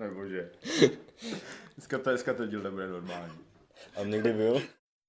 Bože. Dneska to díl nebude normální. A někdy byl?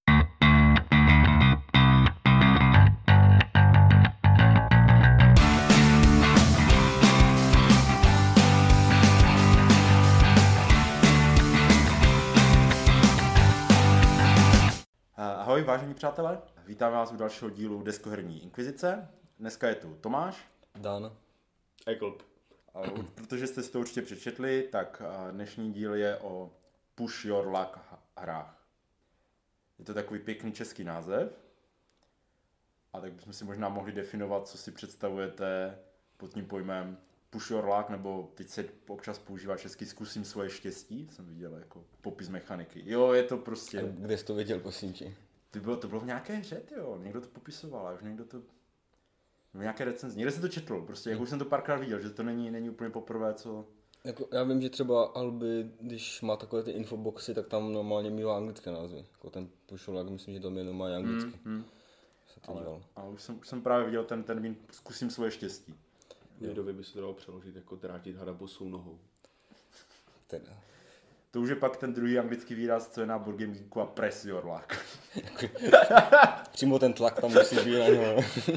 Ahoj vážení přátelé, vítám vás u dalšího dílu Deskoherní inkvizice. Dneska je tu Tomáš. Dan. Eklb. Protože jste si to určitě přečetli, tak dnešní díl je o Push Your Luck hrách. Je to takový pěkný český název. A tak bychom si možná mohli definovat, co si představujete pod tím pojmem Push Your Luck, nebo teď se občas používá česky Zkusím svoje štěstí, jsem viděl jako popis mechaniky. Jo, je to prostě... A kde jsi to viděl, prosím tě? To bylo v nějaké hře, jo, někdo to popisoval, a už někdo to... V nějaké recenzi, někde se to četl, prostě, jak už jsem to párkrát viděl, že to není úplně poprvé, co... Jako, já vím, že třeba Albi, když má takové ty infoboxy, tak tam normálně mívá anglické názvy. Jako ten Push Your Luck, myslím, že tam je normálně anglicky. Ale už jsem právě viděl ten termín Zkusím svoje štěstí. Lidově by se to dalo přeložit jako drátit hada bosou nohou. Teda. To už je pak ten druhý anglický výraz, co je na Board Game Geeku, a Press Your Luck. Přímo ten tlak tam musí být na něho.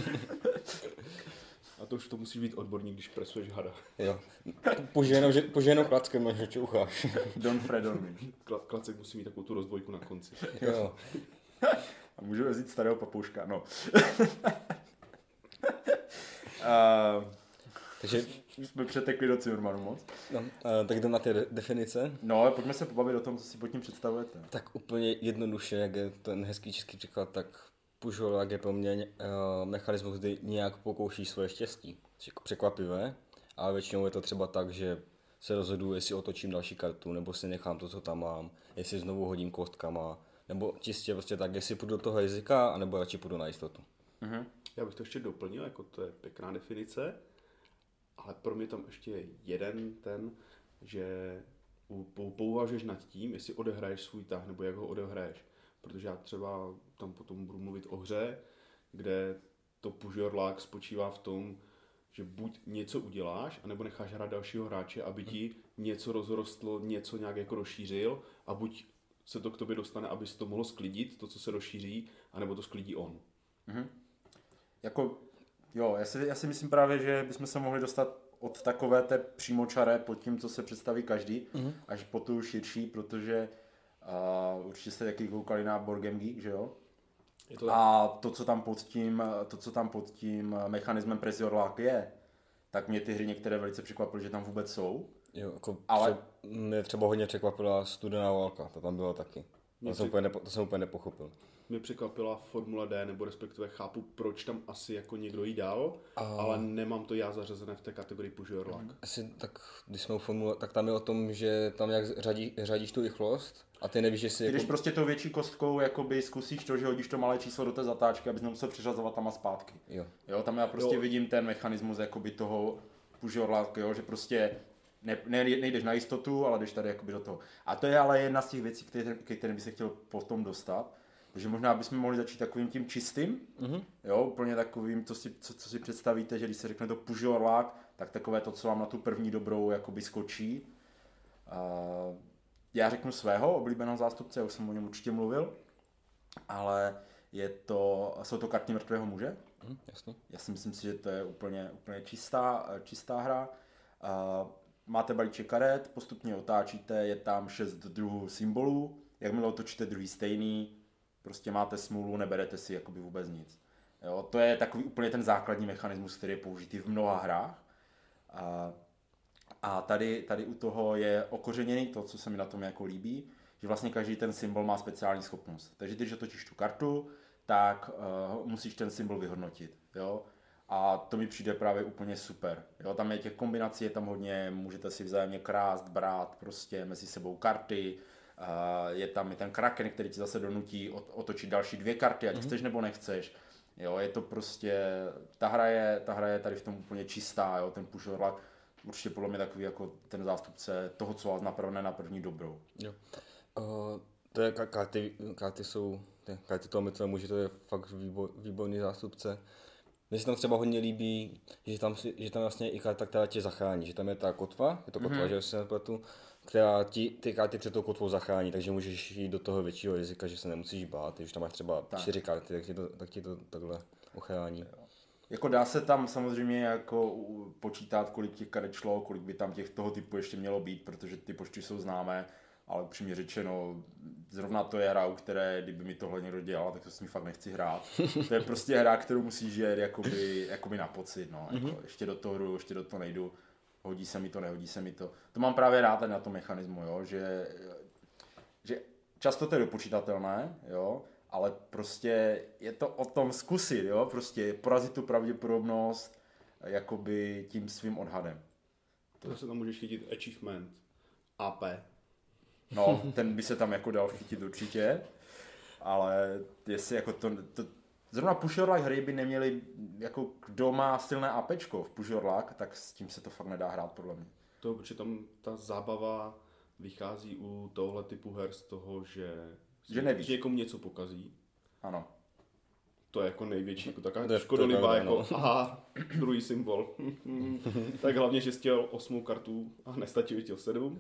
A to už to musí být odborník, když presuješ hada. Jo. Požehnou klackem, až ho čoucháš. Don't fret on me. Klacek musí mít takovou tu rozdvojku na konci. Jo. A můžu vzít starého papouška, no. Takže jsme přetekli do Cimrmanu moc. No, tak jdem na ty definice. No, pojďme se pobavit o tom, co si pod tím představujete. Tak úplně jednoduše, jak je ten hezký český příklad, tak Push Your Luck je pro mě mechanismus, kdy nějak pokouší svoje štěstí. Jako překvapivé, ale většinou je to třeba tak, že se rozhoduji, jestli otočím další kartu, nebo si nechám to, co tam mám, jestli znovu hodím kostkama, nebo čistě prostě tak, jestli půjdu do toho rizika, anebo radši půjdu na jistotu. Mhm. Já bych to ještě doplnil, jako to je pěkná definice, ale pro mě tam ještě je jeden ten, že pouvažuješ nad tím, jestli odehraješ svůj tah, nebo jak ho odehraješ. Protože já třeba tam potom budu mluvit o hře, kde to Push Your Luck spočívá v tom, že buď něco uděláš, anebo necháš hrát dalšího hráče, aby ti něco rozrostlo, něco nějak jako rozšířil, a buď se to k tobě dostane, aby se to mohlo sklidit, to, co se rozšíří, anebo to sklidí on. Mhm. Jako, jo, já si myslím právě, že bychom se mohli dostat od takové té přímočaré pod tím, co se představí každý, až po tu širší, protože určitě jste taky koukali na Board Game Geek, že jo? A to, co tam pod tím mechanismem Press Your Luck je, tak mě ty hry některé velice překvapily, že tam vůbec jsou. Jo, jako ale mě třeba hodně překvapila Studená válka, to tam bylo taky. To jsem úplně nepochopil. Mě překvapila Formule D, nebo respektive chápu, proč tam asi jako někdo jí dal, ale nemám to já zařazené v té kategorii Push Your Luck. Asi tak, když jsme u Formule, tak tam je o tom, že tam jak řadíš tu rychlost a ty nevíš, jestli... Když prostě tou větší kostkou jakoby zkusíš to, že hodíš to malé číslo do té zatáčky, abys nemusel přiřazovat tam a zpátky. Jo, tam já prostě vidím ten mechanismus jakoby toho Push Your Luck, jo, že prostě nejdeš na jistotu, ale jdeš tady jakoby do toho. A to je ale jedna z těch věcí, ke kterým bych se chtěl potom dostat. Takže možná bychom mohli začít takovým tím čistým, jo, úplně takovým, co si představíte, že když se řekne to Push Your Luck, tak takové to, co vám na tu první dobrou jakoby skočí. Já řeknu svého oblíbeného zástupce, já už jsem o něm určitě mluvil, ale jsou to karty mrtvého muže. Jasně. Já si myslím, že to je úplně čistá hra. Máte balíček karet, postupně otáčíte, je tam 6 druhů symbolů, jakmile otočíte druhý stejný, prostě máte smůlu, neberete si jakoby vůbec nic. Jo, to je takový úplně ten základní mechanismus, který je použitý v mnoha hrách. A tady u toho je okořeněný to, co se mi na tom jako líbí, že vlastně každý ten symbol má speciální schopnost. Takže když otočíš tu kartu, tak musíš ten symbol vyhodnotit. Jo? A to mi přijde právě úplně super. Jo? Tam je těch kombinací, je tam hodně, můžete si vzájemně krást, brát prostě mezi sebou karty. Je tam ten kraken, který ti zase donutí otočit další 2 karty, ať chceš nebo nechceš. Jo, je to prostě, ta hra je tady v tom úplně čistá, jo, ten Push Your Luck, určitě podle mě takový jako ten zástupce toho, co vás napravne na první dobrou. Jo. To je karty jsou, karty toho mrtvého muže, to je fakt výborný zástupce. Mně se tam třeba hodně líbí, že tam vlastně i karta, která tě zachrání, že tam je ta kotva, je to kotva, že se nepletu, která ty karty před tou kotvou zachrání, takže můžeš jít do toho většího rizika, že se nemusíš bát, když tam máš třeba 4 karty, tak ti to takhle ochrání. Jako dá se tam samozřejmě jako počítat, kolik těch karet šlo, kolik by tam toho typu ještě mělo být, protože ty počty jsou známé, ale upřímně řečeno, zrovna to je hra, u které, kdyby mi tohle někdo dělal, tak to s ní fakt nechci hrát. To je prostě hra, kterou musíš žít jakoby na pocit, no. Jako, ještě do toho hru, ještě do toho nejdu, hodí se mi to, nehodí se mi to. To mám právě rád na tom mechanismu, jo, že často to je dopočítatelné, jo, ale prostě je to o tom zkusit, jo, prostě porazit tu pravděpodobnost jakoby tím svým odhadem. To se tam můžeš chytit achievement AP. No, ten by se tam jako dal chytit určitě, ale jestli jako zrovna Push Your Luck hry by neměly, jako kdo má silné APčko v Push Your Luck, tak s tím se to fakt nedá hrát podle mě. To, protože tam ta zábava vychází u tohle typu her z toho, že nevíš. Že někomu něco pokazí. Ano. To je jako největší, jako taková škodolivá, jako aha, druhý symbol. Tak hlavně, že chtěl 8 kartu a nestačí, že chtěl 7.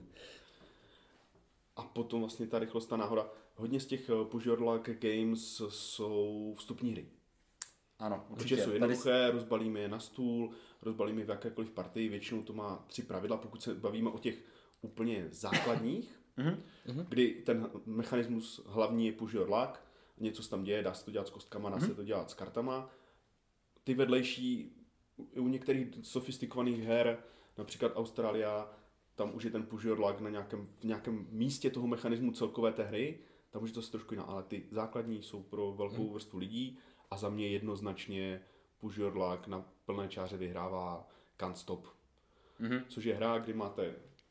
A potom vlastně ta rychlost, ta náhoda. Hodně z těch Push Your Luck games jsou vstupní hry. Ano, určitě. Protože jsou jednoduché, rozbalíme je na stůl, rozbalíme je v jakékoliv partii, většinou to má 3 pravidla, pokud se bavíme o těch úplně základních, kdy ten mechanismus hlavní je Push Your Luck, něco se tam děje, dá se to dělat s kostkama, dá se to dělat s kartama. Ty vedlejší, u některých sofistikovaných her, například Australia, tam už je ten Push Your Luck v nějakém místě toho mechanismu celkové té hry, tam už je to trošku jiná, ale ty základní jsou pro velkou vrstvu lidí a za mě jednoznačně Push Your Luck na plné čáře vyhrává Can't Stop. Což je hra, kdy máte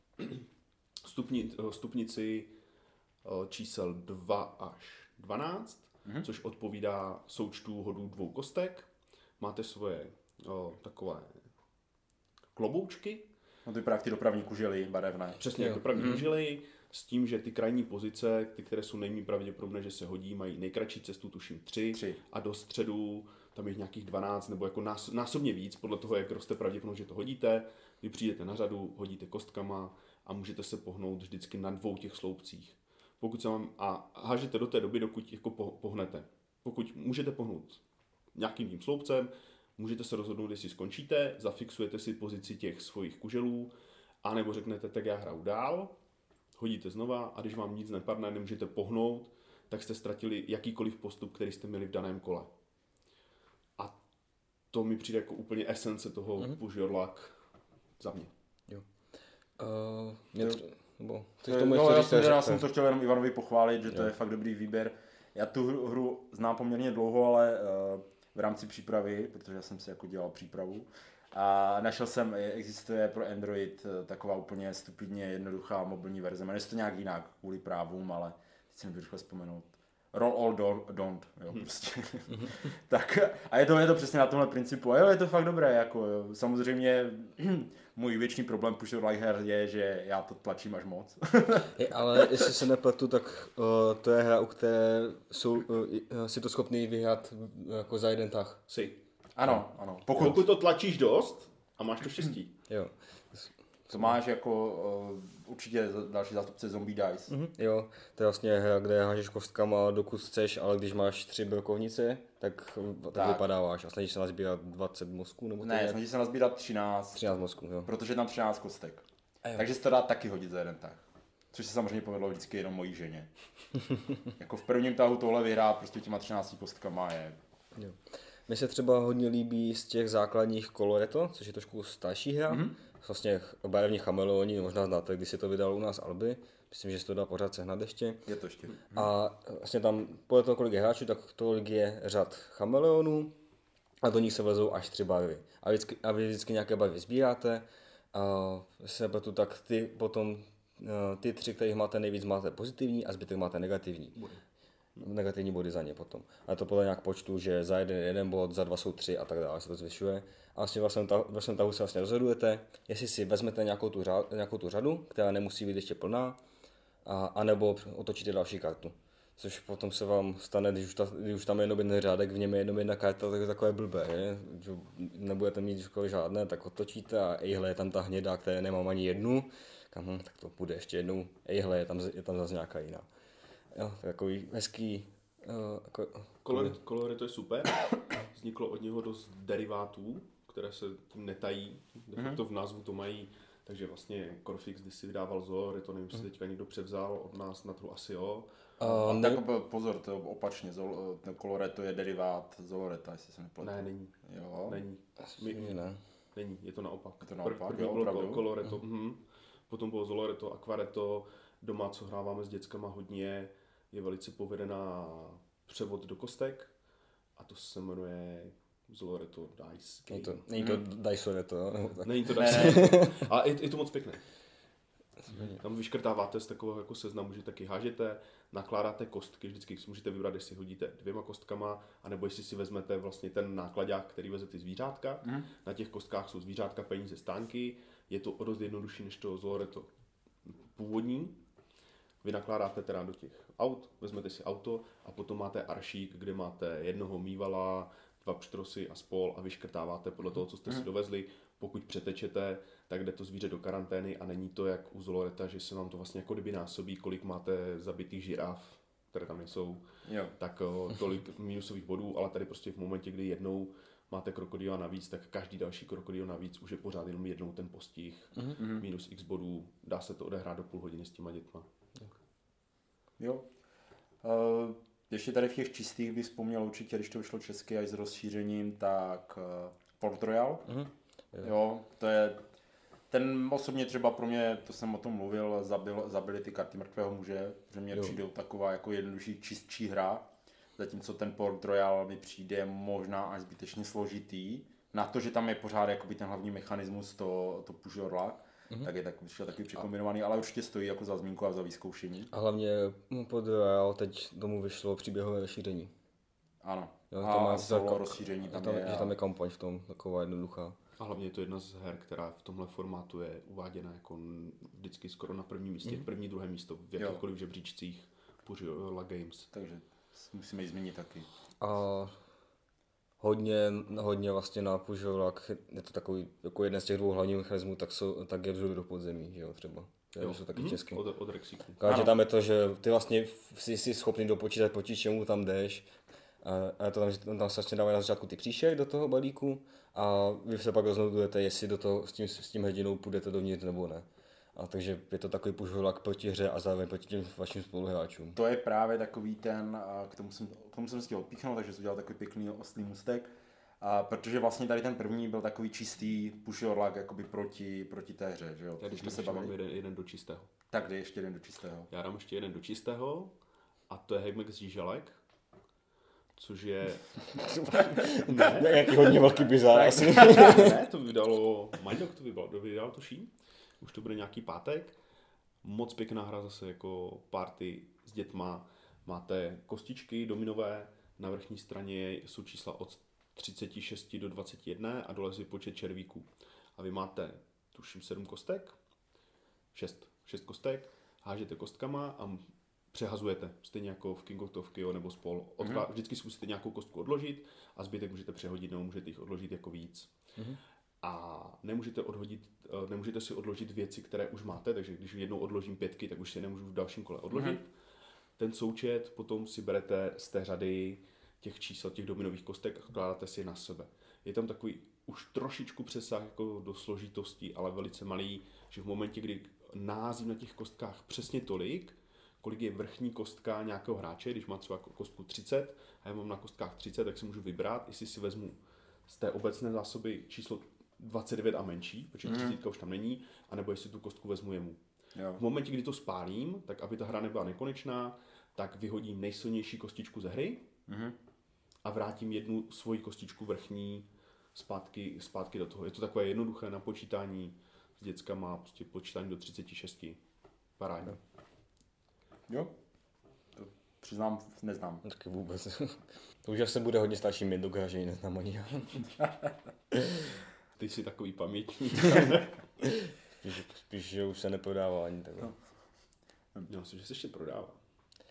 stupnici čísel 2 až 12, což odpovídá součtu hodů 2 kostek. Máte svoje takové kloboučky. No to vypadá jak ty dopravní kužely barevné. Přesně, jak dopravní kužely, s tím, že ty krajní pozice, ty, které jsou nejméně pravděpodobné, že se hodí, mají nejkratší cestu, tuším 3. A do středu tam je nějakých 12, nebo jako násobně víc, podle toho, jak roste pravděpodobnost, že to hodíte. Vy přijdete na řadu, hodíte kostkama a můžete se pohnout vždycky na 2 těch sloupcích. Pokud se vám a hážete do té doby, dokud jako pohnete. Pokud můžete pohnout nějakým tím sloupcem, můžete se rozhodnout, jestli skončíte, zafixujete si pozici těch svojich kuželů, anebo řeknete, tak já hraju dál, hodíte znova a když vám nic nepadne, nemůžete pohnout, tak jste ztratili jakýkoliv postup, který jste měli v daném kole. A to mi přijde jako úplně esence toho Push Your Luck za mě. Jo. Já jsem to chtěl jenom Ivanovi pochválit, že to je fakt dobrý výběr. Já tu hru znám poměrně dlouho, ale v rámci přípravy, protože já jsem si jako dělal přípravu, a našel jsem, existuje pro Android taková úplně stupidně jednoduchá mobilní verze. Jmenuje se to nějak jinak kvůli právům, ale teď si mi to rychle vzpomenout. Roll all don't, jo, prostě. Tak, a je to přesně na tomhle principu. A jo, je to fakt dobré, jako jo. Samozřejmě můj věčný problém Push Your Luck her je, že já to tlačím až moc. Ale jestli se nepletu, tak to je hra, u které si to schopný vyhrát jako za jeden tah. Ano. Pokud to tlačíš dost a máš to štěstí. Jo. To máš jako určitě další zástupce Zombie Dice. Jo, to je vlastně hra, kde hážeš kostkama dokud chceš, ale když máš 3 brokovnice, tak vypadáváš a snažíš se nazbírat 20 mozků? Nebo ne, snažíš se nazbírat 13. 13 mozků, jo. Protože je tam 13 kostek. Takže se to dá taky hodit za jeden tah. Což se samozřejmě povedlo vždycky jenom mojí ženě. Jako v prvním tahu tohle vyhrát prostě těma 13 kostkama je... Jo. Mně se třeba hodně líbí z těch základních Coloretto, což je trošku starší hra. Vlastně barevní chameleoni, možná znáte, když si to vydal u nás Alby. Myslím, že se to dá pořád sehnat ještě. Je to ještě. A vlastně tam, podle toho, kolik je hráčů, tak tolik je řad chameleonů a do nich se vlezou až 3 barvy. A vy vždycky nějaké barvy sbíráte a se nepletu, tak ty 3, kterých máte nejvíc, máte pozitivní a zbytek máte negativní. Negativní body za ně potom. A to podle nějak počtu, že za jeden bod, za 2 jsou 3 a tak dále se to zvyšuje. A vlastně ve svém tahu se vlastně rozhodujete, jestli si vezmete nějakou tu řadu, která nemusí být ještě plná, anebo otočíte další kartu. Což potom se vám stane, když už tam je jenom jeden řádek, v něm je jenom jedna karta, tak je takové blbé, že nebudete mít žádné, tak otočíte a ejhle, je tam ta hnědá, které nemám ani jednu, tak to půjde ještě jednou, ejhle, je tam zase nějaká jiná. Jo, takový hezký... Kolory to je super, vzniklo od něho dost derivátů, které se tím netají, de facto v názvu to mají, takže vlastně Corfix, když si vydával Zolor, to nevím, jestli teďka někdo převzal od nás na trhu, asi jo. Tak pozor, to je opačně, ten Coloreto je derivát Zoloreta, jestli se nepletu. Ne, není. Jo. Není. Ne. Není, je to naopak. Je to naopak, První jo, bylo Coloreto, potom bylo Zoloreto, Aquareto, doma, co hráváme s dětskama hodně, je velice povedená převod do kostek a to se jmenuje Zoloreto Dice Game. Není to Diceoreto, jo? Není to Dice, ale je to moc pěkné. Tam vyškrtáváte z takového jako seznamu, že taky hážete, nakládáte kostky, vždycky si můžete vybrat, jestli hodíte 2 kostkama, anebo jestli si vezmete vlastně ten nákladák, který veze ty zvířátka. Na těch kostkách jsou zvířátka, peníze, stánky. Je to o dost jednodušší než to Zoloreto původní. Vy nakládáte teda do těch aut, vezmete si auto a potom máte aršík, kde máte jednoho mývala, 2 pštrosy a spol a vyškrtáváte podle toho, co jste si dovezli. Pokud přetečete, tak jde to zvíře do karantény a není to jak u Zoloreta, že se vám to vlastně jako kdyby násobí, kolik máte zabitých žiraf, které tam nejsou, tak tolik minusových bodů, ale tady prostě v momentě, kdy jednou máte krokodýla navíc, tak každý další krokodýl navíc už je pořád jenom jednou ten postih, minus x bodů, dá se to odehrát do půl hodiny s těma dětma. Jo. Ještě tady v těch čistých bych vzpomněl určitě, když to vyšlo česky až s rozšířením, tak Port Royal. Jo, to je ten osobně třeba pro mě, to jsem o tom mluvil, zabili ty karty mrtvého muže, že mě přijde taková jako jednodušší, čistší hra, zatímco ten Port Royal mi přijde možná až zbytečně složitý, na to, že tam je pořád jakoby ten hlavní mechanismus, to push your luck, tak je taky překombinovaný, ale určitě stojí jako za zmínku a za vyzkoušení. A hlavně Port Royal teď tomu vyšlo příběhové rozšíření. Ano, Jo, a má solo rozšíření tam je. Že tam je kampaň v tom, taková jednoduchá. A hlavně je to jedna z her, která v tomhle formátu je uváděna jako vždycky skoro na prvním místě, první, druhé místo v jakýchkoliv žebříčcích Push Your Luck Games. Takže musíme ji změnit taky. A hodně vlastně na Push Your Luck, je to takový, jako jeden z těch 2 hlavních mechanismů, tak je vzor do podzemí, že jo, třeba. To jsou taky česky. Od Rexíku. Takže tam je to, že ty vlastně jsi schopný dopočítat, proti čemu tam jdeš. A to tam se vlastně dávají na začátku ty příšek do toho balíku a vy se pak rozhodujete, jestli do toho s tím hrdinou půjdete dovnitř nebo ne. A takže je to takový push your luck proti hře a zároveň proti těm vašim spoluhráčům. To je právě takový ten, k tomu jsem chtěl odpíchnout, takže jsem udělal takový pěkný oslý můstek. Protože vlastně tady ten první byl takový čistý push your luck jakoby proti té hře, že jo? Já když jsme se bavili jeden do čistého. Tak jde ještě jeden do čistého. Já dám ještě jeden do čistého a to je Hejmex Žížalek, což je... ne, nějaký hodně velký bizár asi. Ne, to vydalo, Mindok to vydal tuším, už to bude nějaký pátek. Moc pěkná hra zase jako party s dětma. Máte kostičky dominové, na vrchní straně jsou čísla od 36 do 21 a dole je počet červíků. A vy máte, tuším, 7 kostek, 6 kostek, hážete kostkama a přehazujete, stejně jako v King of Tokyo nebo spol. Vždycky si musíte nějakou kostku odložit a zbytek můžete přehodit nebo můžete jich odložit jako víc. A nemůžete si odložit věci, které už máte, takže když jednou odložím 5, tak už si nemůžu v dalším kole odložit. Ten součet potom si berete z té řady těch čísel, těch dominových kostek a kládáte si je na sebe. Je tam takový už trošičku přesah jako do složitosti, ale velice malý, že v momentě, kdy naházím na těch kostkách přesně tolik, kolik je vrchní kostka nějakého hráče, když má třeba kostku 30 a já mám na kostkách 30, tak si můžu vybrat, jestli si vezmu z té obecné zásoby číslo 29 a menší, protože 30 už tam není, anebo jestli tu kostku vezmu jemu. V momentě, kdy to spálím, tak aby ta hra nebyla nekonečná, tak vyhodím nejsilnější kostičku ze hry a vrátím jednu svoji kostičku vrchní zpátky do toho. Je to takové jednoduché na počítání s dětskama, prostě počítání do 36. Parádní. Jo, to přiznám, neznám. Taky vůbec. To už se bude hodně starší mít do gaže, neznám ani. Ty jsi takový pamětník. Spíš, že už se neprodává ani takhle. Já myslím, že se ještě prodává.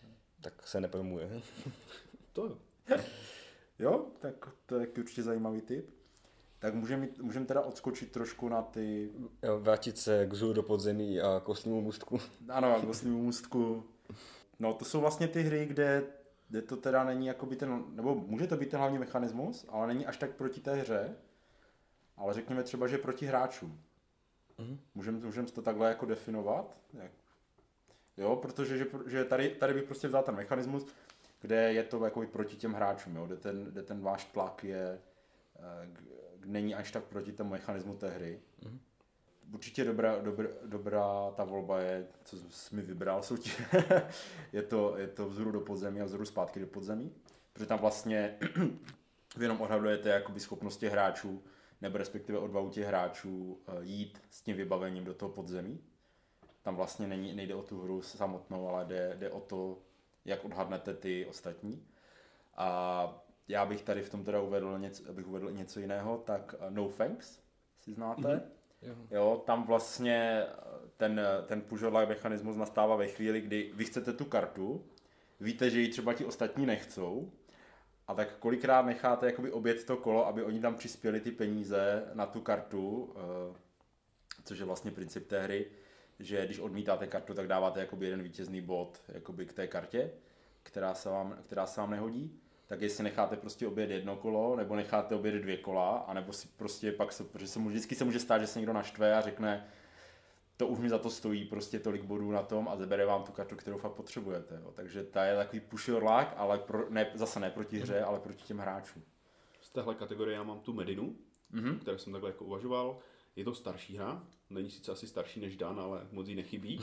tak se nepromuje. To jo. Jo, tak to je určitě zajímavý tip. Tak můžeme teda odskočit trošku na ty... Jo, vrátit se k vzhůru do podzemí a kostnímu můstku. Ano, k kostnímu můstku. No to jsou vlastně ty hry, kde to teda není jakoby ten, nebo může to být ten hlavní mechanismus, ale není až tak proti té hře, ale řekněme třeba, že proti hráčům. Můžeme to takhle jako definovat. Jo, protože že tady bych prostě vzal ten mechanismus, kde je to jakoby proti těm hráčům, jo, kde ten váš tlak je, není až tak proti tomu mechanismu té hry. Určitě dobrá ta volba je, co jsi mi vybral, je to vzhůru do podzemí a vzhůru zpátky do podzemí, protože tam vlastně vy jenom odhadujete jakoby schopnosti hráčů, nebo respektive odvahu těch hráčů jít s tím vybavením do toho podzemí. Tam vlastně nejde o tu hru samotnou, ale jde o to, jak odhadnete ty ostatní. A já bych tady v tom teda uvedl něco jiného, tak No Thanks, si znáte? Jo, tam vlastně ten push-or-luck mechanismus nastává ve chvíli, kdy vy chcete tu kartu, víte, že ji třeba ti ostatní nechcou, a tak kolikrát necháte jakoby objet to kolo, aby oni tam přispěli ty peníze na tu kartu, což je vlastně princip té hry, že když odmítáte kartu, tak dáváte jakoby jeden vítězný bod jakoby k té kartě, která se vám nehodí. Tak jestli necháte prostě objet jedno kolo, nebo necháte objet 2 kola, anebo si prostě pak, protože vždycky se může stát, že se někdo naštve a řekne, to už mi za to stojí prostě tolik bodů na tom a zabere vám tu kartu, kterou fakt potřebujete. Jo. Takže ta je takový push your luck, ale zase ne proti hře, ale proti těm hráčům. Z téhle kategorie já mám tu Medinu, které jsem takhle jako uvažoval. Je to starší hra, není sice asi starší než Dan, ale moc jí nechybí.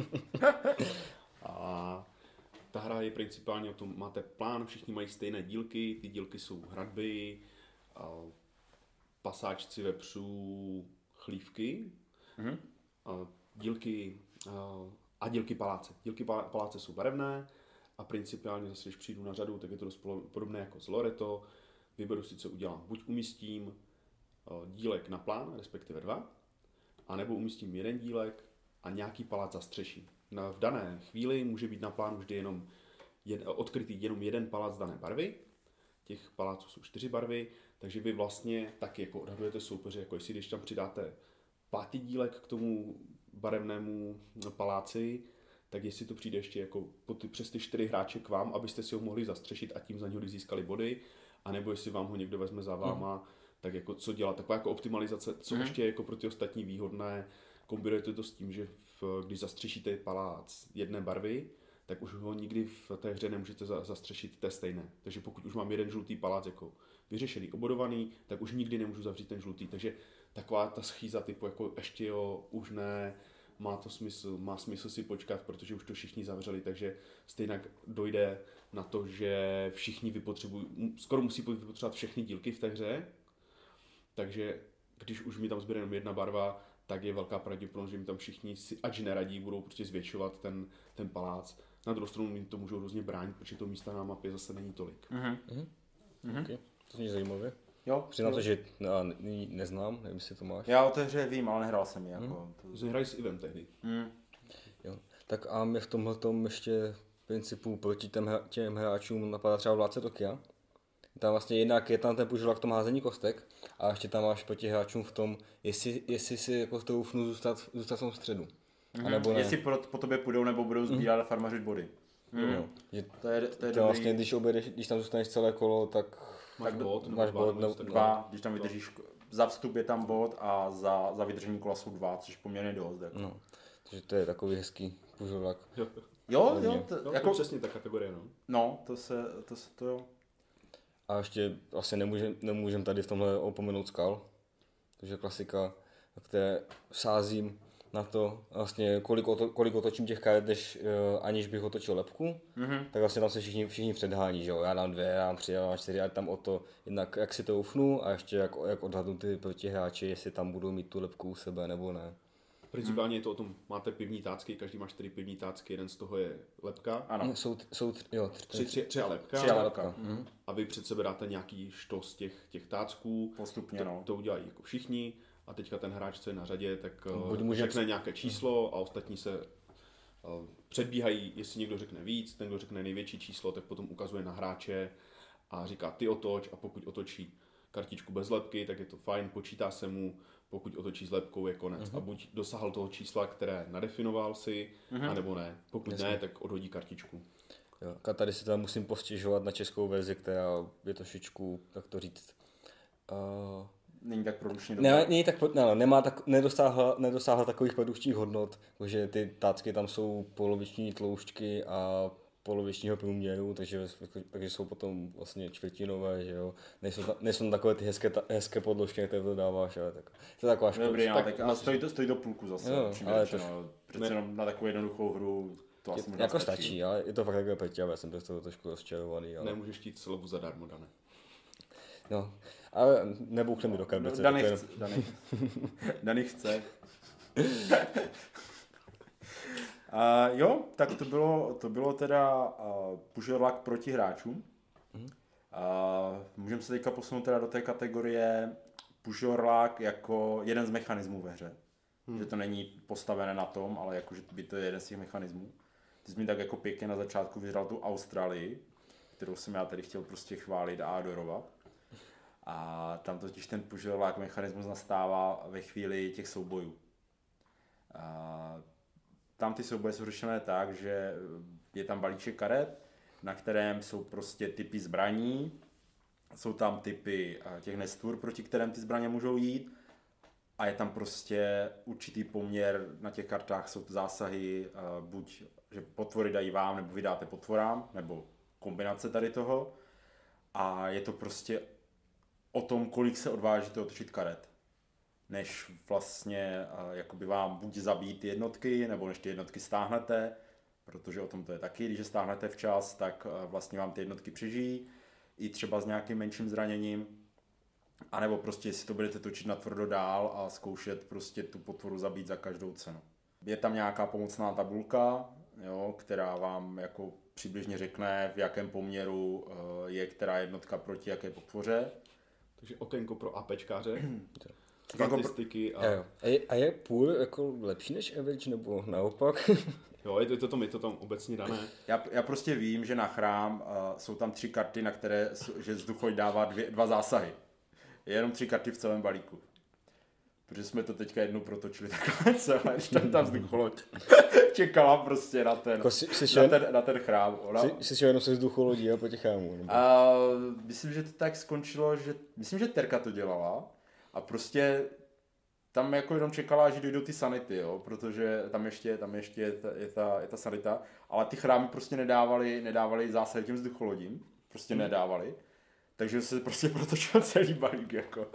A ta hra je principálně o tom, máte plán, všichni mají stejné dílky, ty dílky jsou hradby, pasáčci vepřů, chlívky, dílky paláce. Dílky paláce jsou barevné a principiálně zase, když přijdu na řadu, tak je to dost podobné jako z Loreto. Vyberu si, co udělám. Buď umístím dílek na plán, respektive 2, anebo umístím jeden dílek a nějaký palác zastřeším. V dané chvíli může být na plánu vždy odkrytý jenom jeden palác dané barvy. Těch paláců jsou 4 barvy, takže vy vlastně taky jako odhadujete soupeře, jako jestli když tam přidáte 5. dílek k tomu barevnému paláci, tak jestli to přijde ještě jako přes ty 4 hráče k vám, abyste si ho mohli zastřešit a tím za něho získali body, anebo jestli vám ho někdo vezme za váma, tak jako co dělat, taková jako optimalizace, co ještě je jako pro ty ostatní výhodné, kombinujete to s tím, že když zastřešíte palác jedné barvy, tak už ho nikdy v té hře nemůžete zastřešit té stejné. Takže pokud už mám jeden žlutý palác jako vyřešený, obodovaný, tak už nikdy nemůžu zavřít ten žlutý. Takže taková ta schýza typu jako ještě jo, už ne, má smysl si počkat, protože už to všichni zavřeli, takže stejně dojde na to, že všichni skoro musí vypotřebovat všechny dílky v té hře, takže když už mi tam zbyde jenom jedna barva, tak je velká pravděpodobnost, že mi tam všichni si, ač neradí, budou prostě zvětšovat ten palác. Na druhou stranu mi to můžou různě bránit, protože to místa na mapě zase není tolik. Okay. To zní zajímavé. Jo. Přiznám to, že neznám, nevím, jestli to máš. Já o té hře vím, ale nehrál jsem ji. Jako, Hrají s Ivem tehdy. Jo. Tak a mě v tomhletom ještě principu proti těm hráčům napadá třeba Vládce Tokia. Tam vlastně jednak je tam ten push-or-luck v tom házení kostek a ještě tam máš proti hráčům v tom, jestli si jako troufnu zůstat v tom středu. A nebo ne. Jestli po tobě půjdou nebo budou sbírat a farmařit body. Jo. To je vlastně, když tam zůstaneš celé kolo, tak máš bod, nebo 2, když tam vydržíš, za vstup je tam bod a za vydržení kola jsou 2, což poměrně dost. Jako. No, takže to je takový hezký push-or-luck. Jo, jako přesně ta kategorie, no. No, to jo. A ještě vlastně nemůžem tady v tomhle opomenout skal, takže klasika, které sázím na to, vlastně kolik otočím těch karet, aniž bych otočil lepku, tak vlastně tam se všichni předhání, že jo, já dám 2, já dám 3, já dám 4, a tam o to, jednak jak si to ufnu a ještě jak odhadnu ty protihráči, jestli tam budou mít tu lepku u sebe nebo ne. Principálně je to o tom, máte pivní tácky, každý má 4 pivní tácky, jeden z toho je lepka. Ano. Jsou 3 a lepka. 3 a lepka. A vy před sebe dáte nějaký štos těch tácků. Postupně, to udělají jako všichni. A teďka ten hráč, co je na řadě, tak řekne nějaké číslo a ostatní se Předbíhají, jestli někdo řekne víc, ten, kdo řekne největší číslo, tak potom ukazuje na hráče a říká ty otoč, a pokud otočí kartičku bez lepky, tak je to fajn, počítá se mu, pokud otočí s lepkou, je konec. A buď dosáhl toho čísla, které nadefinoval si, anebo ne. Pokud ne, tak odhodí kartičku. Jo, a tady si teda musím postěžovat na českou verzi, která je trošičku, jak to říct, Není tak produkčně dobrá. nedosáhla takových produkčních hodnot, že ty tácky tam jsou poloviční tloušťky a polovičního průměru, takže jsou potom vlastně čtvrtinové, že jo. Nejsou takové ty hezké podložky, které to dáváš, ale tak. To je taková škoda. Dobrý, ale stojí to půlku zase. Jo, ale přece jenom na takovou jednoduchou hru to asi možná jako stačí, ale je to fakt takové peťavé, já jsem bez toho trošku rozčarovaný. Ale... Nemůžeš chtít slevu zadarmo, Dane. No, ale nebouchne mi do krabice. Dany chce. Jo, tak to bylo teda Pužorlak proti hráčům. Můžeme se teďka posunout teda do té kategorie Pužorlak jako jeden z mechanismů ve hře. Že to není postavené na tom, ale jako, že by to je jeden z těch mechanismů. Ty jsi mi tak jako pěkně na začátku vyhrál tu Austrálii, kterou jsem já tady chtěl prostě chválit a adorovat. A tam totiž ten Pužorlak mechanismus nastává ve chvíli těch soubojů. Tam ty souboje jsou řešené tak, že je tam balíček karet, na kterém jsou prostě typy zbraní, jsou tam typy těch nestvůr, proti kterým ty zbraně můžou jít, a je tam prostě určitý poměr na těch kartách, jsou to zásahy, buď že potvory dají vám, nebo vy dáte potvorám, nebo kombinace tady toho, a je to prostě o tom, kolik se odvážíte otočit karet, než vlastně jakoby vám buď zabít ty jednotky, nebo než ty jednotky stáhnete, protože o tom to je taky, když je stáhnete včas, tak vlastně vám ty jednotky přežijí, i třeba s nějakým menším zraněním, anebo prostě si to budete točit natvrdo dál a zkoušet prostě tu potvoru zabít za každou cenu. Je tam nějaká pomocná tabulka, jo, která vám jako přibližně řekne, v jakém poměru je která jednotka proti jaké potvoře. Takže okénko pro APčkáře, statistiky a je půl jako lepší než average, nebo naopak? Jo, je to tam obecně dané. Já prostě vím, že na chrám jsou tam 3 karty, na které že vzduchoď dává 2 zásahy. Je jenom 3 karty v celém balíku. Protože jsme to teďka jednou protočili takhle celé, když tam vzducholoď čekala prostě na ten chrám. Jsi šel jenom se vzducholodí a po těch chrámů? Myslím, že to tak skončilo, myslím, že Terka to dělala a prostě tam jako jenom čekala, že dojdou ty sanity, jo, protože tam ještě je ta sanita, ale ty chrámy prostě nedávali zásahy těm vzducholodím, prostě nedávali. Takže se prostě protočil celý balík, jako.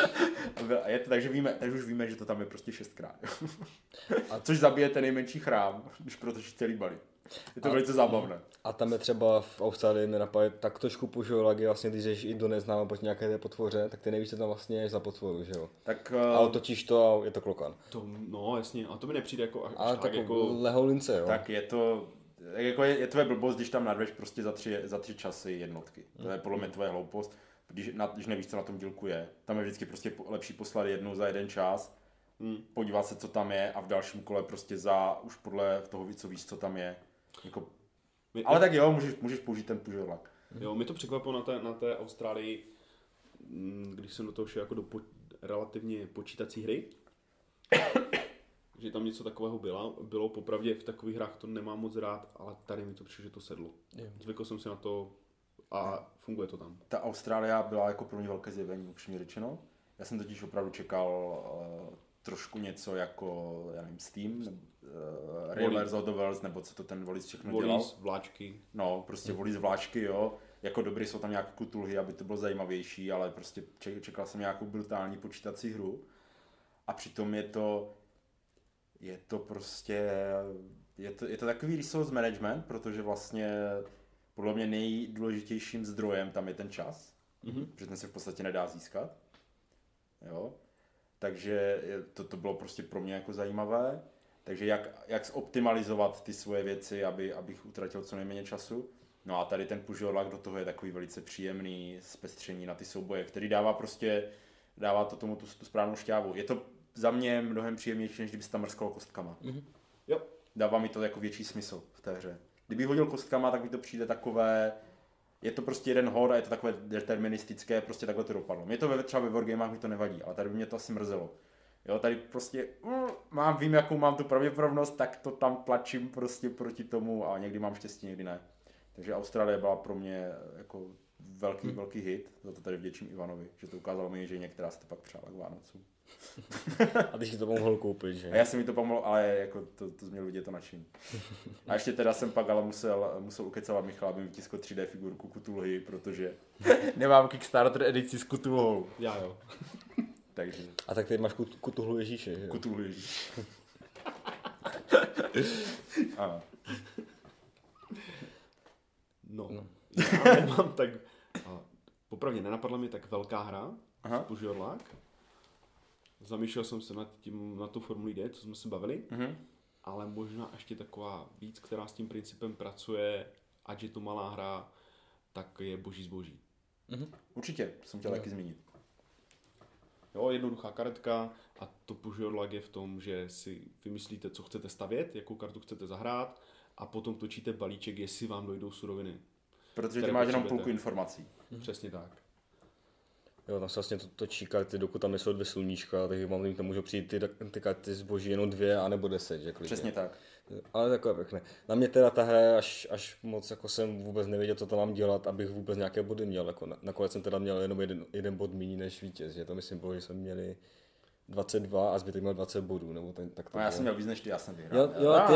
Takže už víme, že to tam je prostě 6krát. Což zabije ten nejmenší chrám, když protočí celý balík. Je to velice zábavné. A tam je třeba v Austrálii mi napadá tak trošku Pužorlak je vlastně, když jdeš Indonésnáma proti nějaké té potvoře, tak ty nevíš, co tam vlastně je za potvoru, že jo? Tak, ale točíš to a je to klokan. No jasně, a to mi nepřijde jako až tak jako lehoulince, jo? Tak je to... Jako je tvoje blbost, když tam narveš prostě za tři časy jednotky. To je podle mě tvoje hloupost, když nevíš, co na tom dílku je. Tam je vždycky prostě lepší poslat jednu za jeden čas, podívat se, co tam je, a v dalším kole prostě už podle toho, co víš, co tam je. Jako... Ale tak jo, můžeš použít ten Pužorlak. Jo, mě to překvapilo na té Austrálii, když jsem do toho šel jako do relativně počítací hry. Že tam něco takového bylo, popravdě v takových hrách to nemám moc rád, ale tady mi to přišlo, že to sedlo. Zvykl jsem si na to a funguje to tam. Ta Austrálie byla jako pro mě velké zjevení, upřímně řečeno. Já jsem totiž opravdu čekal trošku něco jako, já nevím, Steam, Railers of the Worlds, nebo co to ten Wallis všechno dělal. Wallis, vláčky. No, prostě Wallis, vláčky, jo. Jako dobrý jsou tam nějaké kutulhy, aby to bylo zajímavější, ale prostě čekal jsem nějakou brutální počítací hru. A přitom je to prostě, je to takový resource management, protože vlastně podle mě nejdůležitějším zdrojem tam je ten čas, protože ten se v podstatě nedá získat. Jo? Takže to bylo prostě pro mě jako zajímavé. Takže jak zoptimalizovat ty svoje věci, abych utratil co nejméně času. No a tady ten Pužorlak do toho je takový velice příjemný zpestření na ty souboje, který dává to tomu tu správnou šťávu. Je to za mě mnohem příjemnější, než kdyby se tam mrskalo kostkama. Jo, Dává mi to jako větší smysl v té hře. Kdybych hodil kostkama, tak mi to přijde takové, je to prostě jeden hod a je to takové deterministické, prostě takhle to dopadlo. Mě to třeba ve Wargamech mi to nevadí, ale tady by mě to asi mrzelo. Jo, tady prostě vím, jakou mám tu pravděpodobnost, tak to tam tlačím prostě proti tomu a někdy mám štěstí, někdy ne. Takže Austrálie byla pro mě jako velký hit, za to tady vděčím Ivanovi, že to ukázalo mi, že některá se to pak přála k Vánocům. A ty si to pomohl koupit, že? A já jsem mi to pomohl, ale jako to měl vidět to nadšení. A ještě teda jsem pak ale musel ukecovat Michala, aby mi vytiskl 3D figurku Cthulhy, protože nemám Kickstarter edici s Cthulhou. Já jo. Takže A tak teď máš Cthulhu Ježíše, že? Cthulhu Ježíš. Ano. No. Já nemám tak... Popravdě nenapadla mi tak velká hra, Pužorlák. Zamýšlel jsem se na tu Formuli D, co jsme se bavili, ale možná ještě taková víc, která s tím principem pracuje, ať je to malá hra, tak je Boží zboží. Určitě, to jsem chtěl taky zmínit. Jo, jednoduchá karetka a to Pužorlák je v tom, že si vymyslíte, co chcete stavět, jakou kartu chcete zahrát a potom točíte balíček, jestli vám dojdou suroviny. Protože ty máš jenom půlku informací. Přesně tak. Jo, tam se vlastně to točí karty, dokud tam jsou 2 sluníčka, takže mám tam můžou přijít ty karty zboží jenom 2 anebo 10, že klidně. Přesně tak. Ale takové pěkné. Na mě teda ta hra až moc jako jsem vůbec nevěděl, co tam mám dělat, abych vůbec nějaké body měl. Jako nakonec jsem teda měl jenom jeden bod méně než vítěz, že to myslím bylo, že jsme měli 22 a zbytek měl 20 bodů, nebo tak to. No já jsem měl víc než ty, já jsem vyhrál.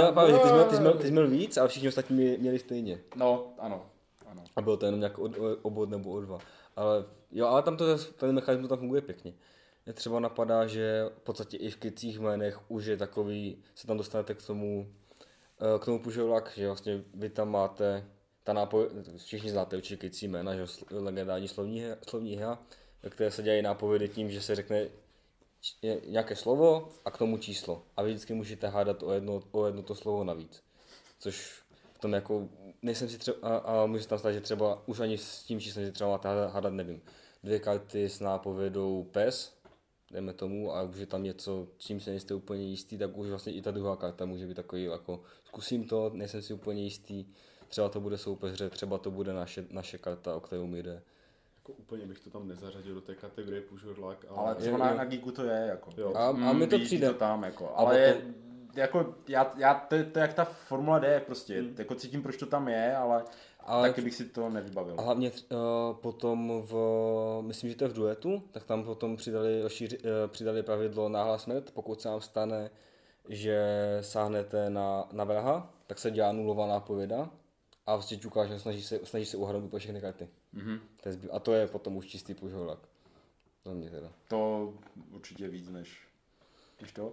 Ty jsi měl víc, ale všichni ostatní měli stejně. No, ano. A bylo to jenom nějak o bod nebo o 2. Ale tam ten mechanismus tam funguje pěkně. Mě třeba napadá, že v podstatě i v krycích jménech už je takový, se tam dostanete k tomu Pužorlák, že vlastně vy tam máte, všichni znáte určitě krycí jména, že legendární slovní hra, ve které se dělají nápovědy tím, že se řekne nějaké slovo a k tomu číslo. A vy vždycky můžete hádat o jedno to slovo navíc. Což v tom jako, nejsem si třeba, a může se tam stát, že třeba už ani s tím číslem, že třeba máte hádat, nevím, 2 karty s nápovědou pes, dejme tomu, a už je tam něco, čím se nejste úplně jistý, tak už vlastně i ta druhá karta může být takový, jako zkusím to, nejsem si úplně jistý, třeba to bude soupeře, třeba to bude naše karta, o kterou mi jde. Jako úplně bych to tam nezařadil do té kategorie Pužorlák, ale třeba na Geeku to je, jako. Jo. A mi to přijde. To tam, jako. Ale jako, to jak ta Formula D prostě, jako cítím, proč to tam je, ale taky bych si to nevybavil. A hlavně potom myslím, že to je v duetu, tak tam potom přidali pravidlo náhlá smrt, pokud se vám stane, že sáhnete na vraha, tak se dělá nulová nápověda a vlastně ťuká, že snaží se uhádnout úplně všechny karty. A to je potom už čistý Pužorlák. Za mě teda. To určitě víc než to.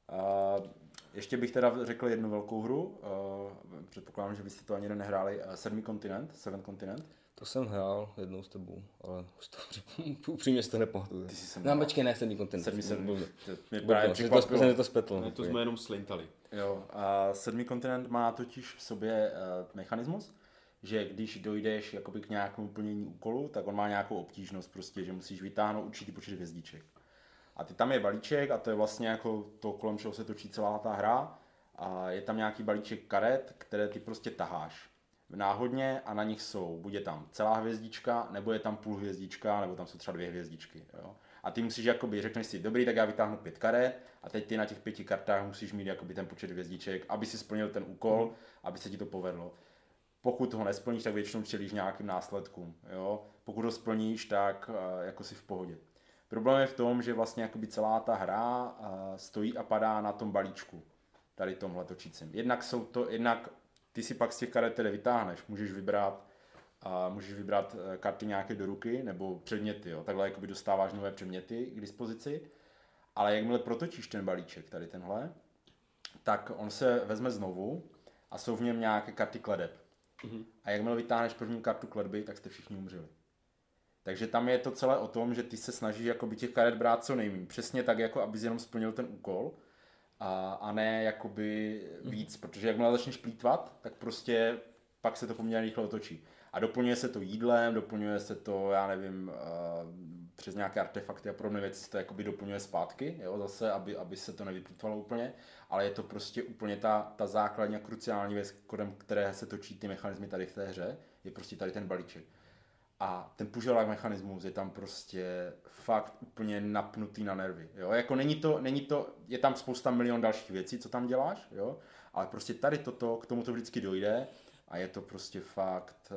Ještě bych teda řekl jednu velkou hru, předpokládám, že byste to ani nehráli, Seven Continent. To jsem hrál jednou s tebou, ale už to upřímně si to nepamatuju. Počkej, ne, Sedmý kontinent. Mě právě překvapilo. To spletl. Ne, to jsme jenom slintali. Jo, a Sedmý kontinent má totiž v sobě mechanismus, že když dojdeš jakoby k nějakému plnění úkolu, tak on má nějakou obtížnost prostě, že musíš vytáhnout určitý počet hvězdiček. A ty tam je balíček a to je vlastně jako to, kolem čeho se točí celá ta hra. A je tam nějaký balíček karet, které ty prostě taháš náhodně a na nich jsou, buď je tam celá hvězdička, nebo je tam půl hvězdička, nebo tam jsou třeba 2 hvězdičky. Jo? A ty musíš jakoby, řekneš si, dobrý, tak já vytáhnu 5 karet a teď ty na těch 5 kartách musíš mít jakoby ten počet hvězdiček, aby si splnil ten úkol, aby se ti to povedlo. Pokud ho nesplníš, tak většinou čelíš nějakým následkům. Jo? Pokud ho splníš, tak jako si v pohodě. Problém je v tom, že vlastně jakoby celá ta hra stojí a padá na tom balíčku, tady tomhle točícím. Jednak ty si pak z těch karet tedy vytáhneš, můžeš vybrat karty nějaké do ruky nebo předměty, jo. Takhle jakoby dostáváš nové předměty k dispozici, ale jakmile protočíš ten balíček, tady tenhle, tak on se vezme znovu a jsou v něm nějaké karty kledeb. A jakmile vytáhneš první kartu kledby, tak jste všichni umřeli. Takže tam je to celé o tom, že ty se snažíš jakoby těch karet brát co nejméně. Přesně tak, jako abys jenom splnil ten úkol a ne jakoby víc, protože jakmile začneš plýtvat, tak prostě pak se to poměrně rychle otočí. A doplňuje se to jídlem, doplňuje se to, já nevím, přes nějaké artefakty a podobné věci se to jakoby doplňuje zpátky, jo, zase, aby se to nevyplýtvalo úplně, ale je to prostě úplně ta základní a kruciální věc, kolem které se točí ty mechanismy tady v té hře, je prostě tady ten balíček. A ten push-your-luck mechanismus je tam prostě fakt úplně napnutý na nervy, jo, jako není to, je tam spousta milion dalších věcí, co tam děláš, jo, ale prostě tady k tomu to vždycky dojde a je to prostě fakt,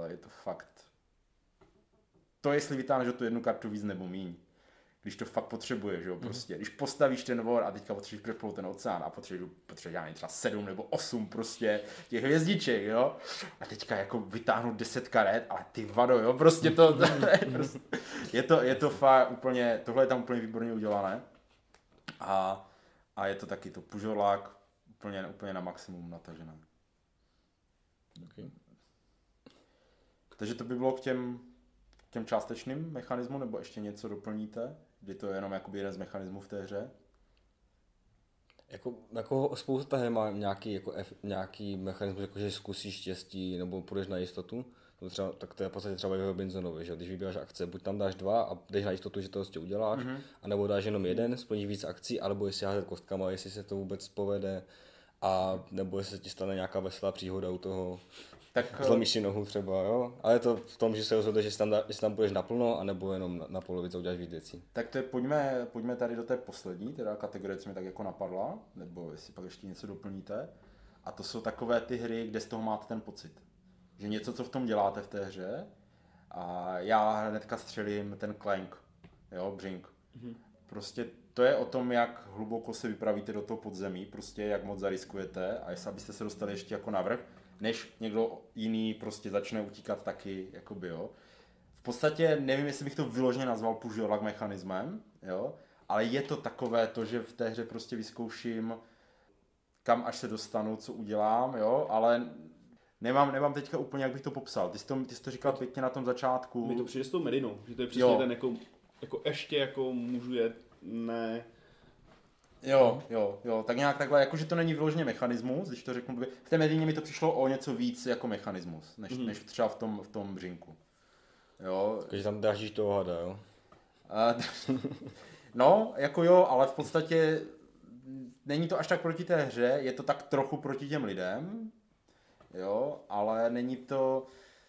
to jestli vytáhneš tu jednu kartu víc nebo míň, když to fakt potřebuješ, jo, prostě, když postavíš ten vor a teďka potřebuješ přeplout ten oceán a potřebuješ já nevím, třeba 7 nebo 8 prostě těch hvězdiček, jo, a teďka jako vytáhnout 10 karet, ale ty vado, jo, prostě je to fakt úplně, tohle je tam úplně výborně udělané a je to taky to push-your-luck úplně na maximum natažené. Okay. Takže to by bylo k těm částečným mechanismům, nebo ještě něco doplníte? Kdy to je jenom jakoby jeden z mechanismů v té hře? Jako spousta her má nějaký mechanismus, jako že zkusíš štěstí, nebo půjdeš na jistotu. Tak to je v podstatě třeba v Robinsonovi, že když vybíráš akce, buď tam dáš 2 a jdeš na jistotu, že to prostě uděláš, anebo dáš jenom jeden, splníš víc akcí, alebo jestli házet kostkama, jestli se to vůbec povede, a nebo jestli se ti stane nějaká veselá příhoda u toho. Tak zlomíš si nohu třeba, jo? Ale je to v tom, že se rozhodneš, jestli tam půjdeš naplno, anebo jenom na polovice uděláš víc věcí. Tak to je, pojďme tady do té poslední, teda kategorie, co mi tak jako napadla, nebo jestli pak ještě něco doplníte. A to jsou takové ty hry, kde z toho máte ten pocit. Že něco, co v tom děláte v té hře, a já hnedka střelím ten Clank, jo, Brink. Prostě to je o tom, jak hluboko se vypravíte do toho podzemí, prostě jak moc zariskujete a jestli abyste se dostali ještě jako navrch, než někdo jiný prostě začne utíkat taky, jakoby, jo. V podstatě nevím, jestli bych to vyloženě nazval push-your-luck mechanismem, jo, ale je to takové to, že v té hře prostě vyzkouším, kam až se dostanu, co udělám, jo, ale nemám teďka úplně, jak bych to popsal. Ty jsi to říkal pěkně na tom začátku. Mi to přijde s tou Medinou, že to je přesně ten jako ještě jako můžu jet, ne... Jo, tak nějak takhle, jakože to není vyloženě mechanismus, když to řeknu, v té Medině mi to přišlo o něco víc jako mechanismus, než třeba v tom Břinku. Jo. Takže tam dáš toho hada, jo? No, jako jo, ale v podstatě není to až tak proti té hře, je to tak trochu proti těm lidem, jo, ale není to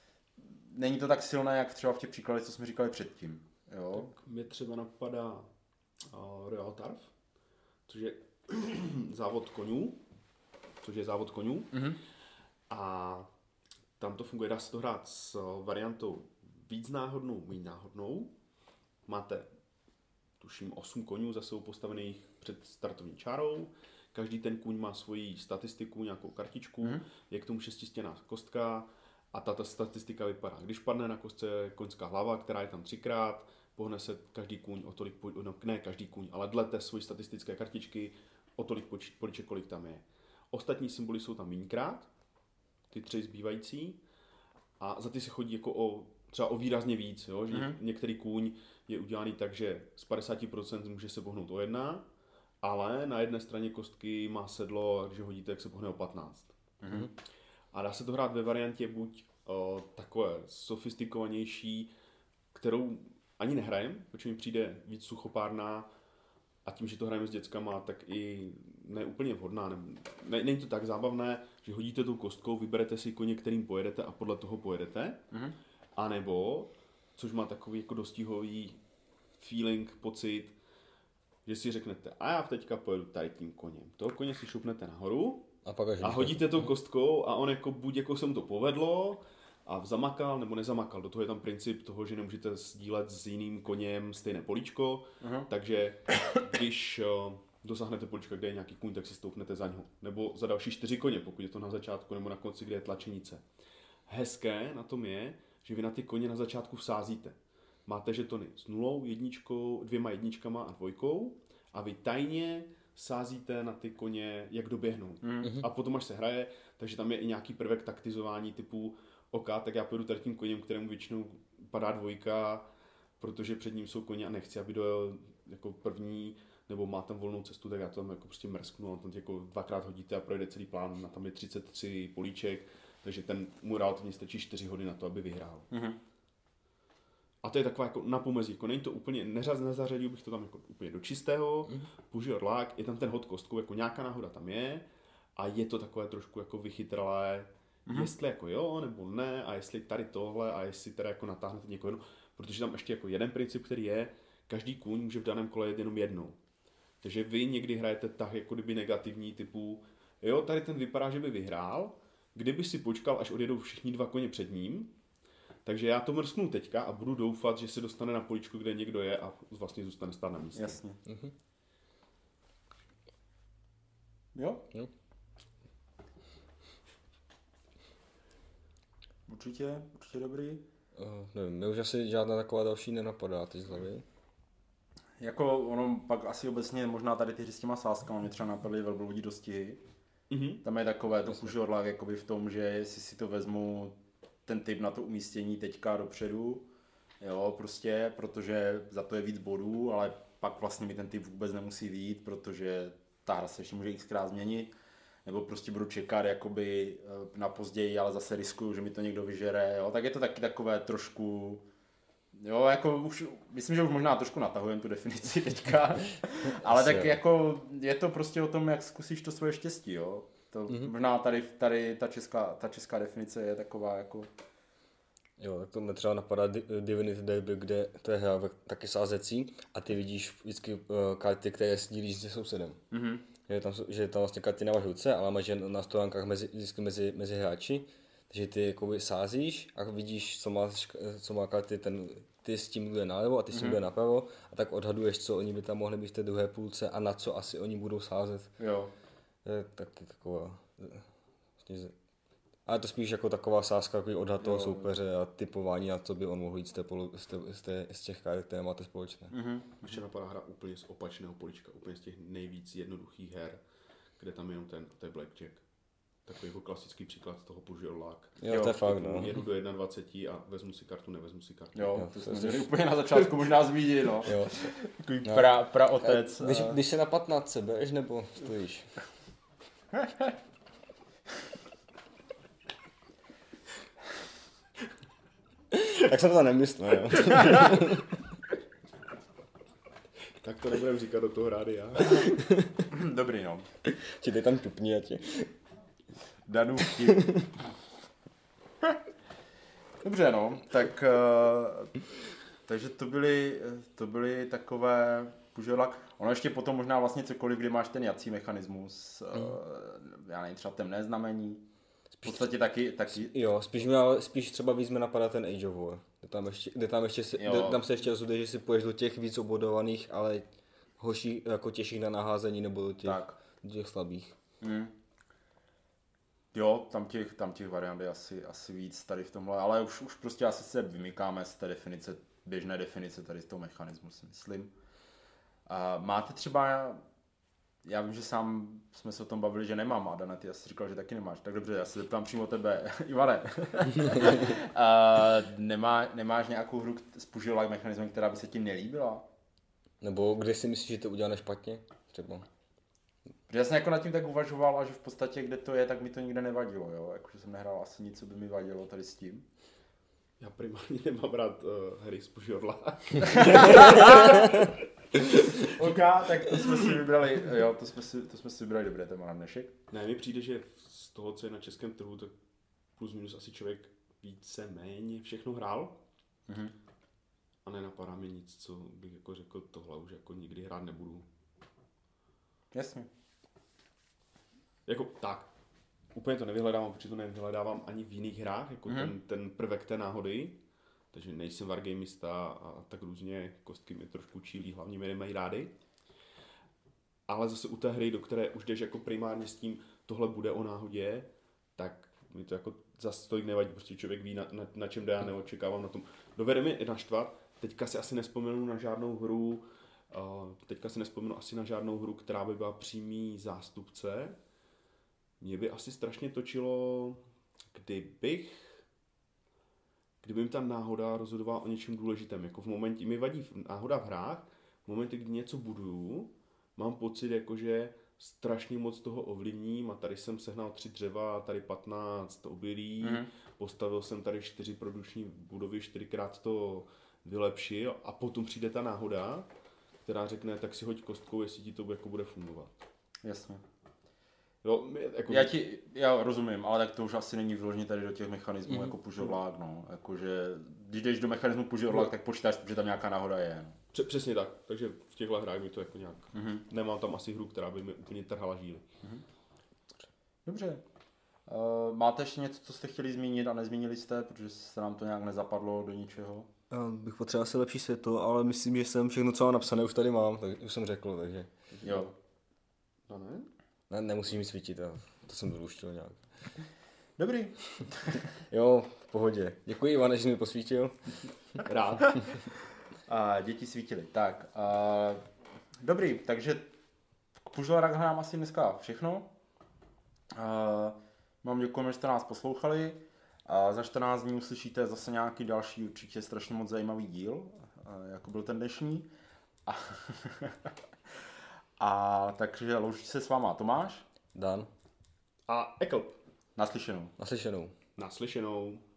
tak silné, jak třeba v těch příkladech, co jsme říkali předtím. Jo. Tak mě třeba napadá Royal Turf, což je závod konňů. A tam to funguje, dá se to hrát s variantou víc náhodnou, méně náhodnou. Máte, tuším, 8 koňů za sebou postavených před startovní čárou. Každý ten kůň má svoji statistiku, nějakou kartičku, je k tomu 6stěnná kostka a ta statistika vypadá. Když padne na kostce koňská hlava, která je tam 3krát, pohne se každý kůň o tolik, ne každý kůň, ale dle té svojí statistické kartičky o tolik poliček, kolik tam je. Ostatní symboly jsou tam mínkrát, ty 3 zbývající, a za ty se chodí jako třeba o výrazně víc, jo? Že některý kůň je udělaný tak, že z 50% může se pohnout o 1, ale na jedné straně kostky má sedlo a když hodíte, jak se pohne o 15. A dá se to hrát ve variantě buď takové sofistikovanější, kterou ani nehrajem, protože mi přijde víc suchopárná a tím, že to hrajeme s dětskama, tak i neúplně vhodná. Není to tak zábavné, že hodíte tou kostkou, vyberete si koně, kterým pojedete a podle toho pojedete. A nebo, což má takový jako dostihový feeling, pocit, že si řeknete, a já teďka pojedu tady tím koněm. Toho koně si šupnete nahoru a hodíte tou kostkou a on jako buď jako se mu to povedlo a zamakal nebo nezamakal. Do toho je tam princip toho, že nemůžete sdílet s jiným koněm stejné políčko, takže když dosáhnete políčka, kde je nějaký kůň, tak si stoupnete za něho. Nebo za další 4 koně, pokud je to na začátku nebo na konci, kde je tlačenice. Hezké na tom je, že vy na ty koně na začátku vsázíte. Máte žetony s 0, 1, 2 jedničkama a 2 a vy tajně sázíte na ty koně, jak doběhnou. A potom až se hraje, takže tam je i nějaký prvek taktizování typu OK, tak já pojedu tady tím koněm, kterému většinou padá 2, protože před ním jsou koně a nechci, aby dojel jako první, nebo má tam volnou cestu, tak já to tam jako prostě mrsknu a tam jako 2krát hodíte a projde celý plán, a tam je 33 políček, takže ten mu relativně stačí 4 hody na to, aby vyhrál. A to je taková jako na pomezí, jako není to úplně, nezařadil bych to tam jako úplně do čistého, Pužil Orlák, je tam ten hod kostkou, jako nějaká náhoda tam je a je to takové trošku jako vychytralé, jestli jako jo, nebo ne, a jestli tady tohle, a jestli teda jako natáhnete někoho jednou, protože tam ještě jako jeden princip, který je, každý kůň může v daném kole jet jenom jednou. Takže vy někdy hrajete tak jako kdyby negativní typu, jo, tady ten vypadá, že by vyhrál, kdyby si počkal, až odjedou všichni 2 koně před ním, takže já to mrsknu teďka a budu doufat, že se dostane na poličku, kde někdo je a vlastně zůstane stát na místě. Jasně. Jo? Určitě dobrý. Nevím, mě už asi žádná taková další nenapadá teď z hlavy. Jako ono pak asi obecně možná tady ty s těma sázkama mě třeba napadly velbloudí dostihy. Tam je takové to Pužil Orlák jakoby v tom, že jestli si to vezmu ten typ na to umístění teďka dopředu, jo, prostě, protože za to je víc bodů, ale pak vlastně mi ten typ vůbec nemusí vyjít, protože ta hra se ještě může xkrát změnit, nebo prostě budu čekat jakoby na později, ale zase riskuju, že mi to někdo vyžere, jo, tak je to taky takové trošku, jo, jako už, myslím, že už možná trošku natahujem tu definici teďka, ale tak jako je to prostě o tom, jak zkusíš to svoje štěstí, jo. To možná tady ta česká definice je taková jako... Jo, tak to mě třeba napadá Divinity Derby, kde to je hra taky sázecí a ty vidíš vždycky karty, které sdílíš se sousedem. Že tam vlastně karty nemáš v ruce, ale máš je na stojánkách vždycky mezi hráči, takže ty jakoby sázíš a vidíš, co má karty ty s tím, kdo je nalevo a ty s tím, kdo je napravo a tak odhaduješ, co oni by tam mohli být v té druhé půlce a na co asi oni budou sázet. Jo. To je taky taková... Ale to spíš jako taková sázka, takový odhad toho soupeře a typování, na co by on mohl jít z těch karet, které máte společné. Ještě napadá hra úplně z opačného polička, úplně z těch nejvíc jednoduchých her, kde tam jenom ten blackjack. Takový jako klasický příklad toho Pužil Orlák. Jo, to je fakt, no. Jedu do 21 a vezmu si kartu, nevezmu si kartu. Jo, to jsme měli úplně na začátku možná zmínit, no. Jo. Takový praotec. Když se na 15 sebeš, nebo stojíš? Tak jsem to nemyslel, jo. Tak to nebudem říkat do toho rádia. Dobrý, no. Ti ty tam tupni a ti. Danův vtip. Dobře, no. Tak, takže to byly takové Pužil Orlák. Ono ještě potom možná vlastně cokoliv, kdy máš ten jací mechanismus, já nevím, třeba temné znamení. V podstatě taky. Jo, spíš třeba víc mě napadá ten Age of War. Tam se ještě rozhoduje, že si půjdeš do těch víc obodovaných, ale horší, jako těžších na naházení nebo do těch slabých. Jo, tam těch variant je asi víc tady v tomhle, ale už prostě asi se vymykáme z té definice, běžné definice tady z toho mechanismu, si myslím. Máte třeba, já vím, že sám jsme se o tom bavili, že nemám, a Dana, ty asi říkal, že taky nemáš, tak dobře, já se zeptám přímo tebe, Ivane. Nemáš nějakou hru s Pužil Orlák mechanismem, která by se ti nelíbila? Nebo kde si myslíš, že to uděláme špatně? Třeba. Protože já jsem jako nad tím tak uvažoval a že v podstatě, kde to je, tak mi to nikde nevadilo, jo? Jakože jsem nehrál asi nic, co by mi vadilo tady s tím. Já primárně nemám rád hry z Pužil Orlák. OK, tak to jsme si vybrali, jo, to jsme si vybrali dobré téma na dnešek. Ne, mi přijde, že z toho, co je na českém trhu, tak plus minus asi člověk více-méně všechno hrál. A nenapadá mi nic, co bych jako řekl, tohle už jako nikdy hrát nebudu. Jasně. Jako tak. Úplně to nevyhledávám, protože to nevyhledávám ani v jiných hrách, jako ten prvek té náhody. Takže nejsem wargamista a tak různě, kostky mě trošku čílí, hlavně mě nemají rády. Ale zase u té hry, do které už jdeš jako primárně s tím, tohle bude o náhodě, tak mi to jako zase tolik nevadí, prostě člověk ví, na čem jde, já neočekávám na tom. Dovede mi naštvat, teďka si asi nespomenu na žádnou hru, která by byla přímý zástupce. Mě by asi strašně točilo, kdyby ta náhoda rozhodovala o něčem důležitém. Jako v momentě, mi vadí náhoda v hrách, v momentě, kdy něco buduju, mám pocit, jakože strašně moc toho ovlivním a tady jsem sehnal 3 dřeva, tady 15 obilí, postavil jsem tady 4 produkční budovy, 4x to vylepšil a potom přijde ta náhoda, která řekne, tak si hoď kostkou, jestli ti to jako bude fungovat. Jasně. Jo, jako... Já rozumím, ale tak to už asi není vyloženě tady do těch mechanismů jako push or lag, no. Jakože, když jdeš do mechanismu push or lag, tak počítáš, že tam nějaká náhoda je. Přesně tak, takže v těchto hrách by to jako nějak... Nemám tam asi hru, která by mi úplně trhala žíly. Dobře. Máte ještě něco, co jste chtěli zmínit a nezmínili jste, protože se nám to nějak nezapadlo do ničeho? Bych potřeboval asi lepší světlo, ale myslím, že jsem všechno, co mám napsané, už tady mám, tak už jsem řekl, takže... Jo. No ne? Ne, nemusím mi svítit, to jsem vyluštil nějak. Dobrý. Jo, v pohodě. Děkuji, Ivane, že jsi mi posvítil. Rád. A děti svítily. Tak, dobrý, takže k Push or Lag hrám asi dneska všechno. Vám děkujeme, že jste nás poslouchali. Za 14 dní uslyšíte zase nějaký další určitě strašně moc zajímavý díl, jako byl ten dnešní. A takže loučí se s váma Tomáš. Dan. A Eklb. Naslyšenou. Naslyšenou. Naslyšenou.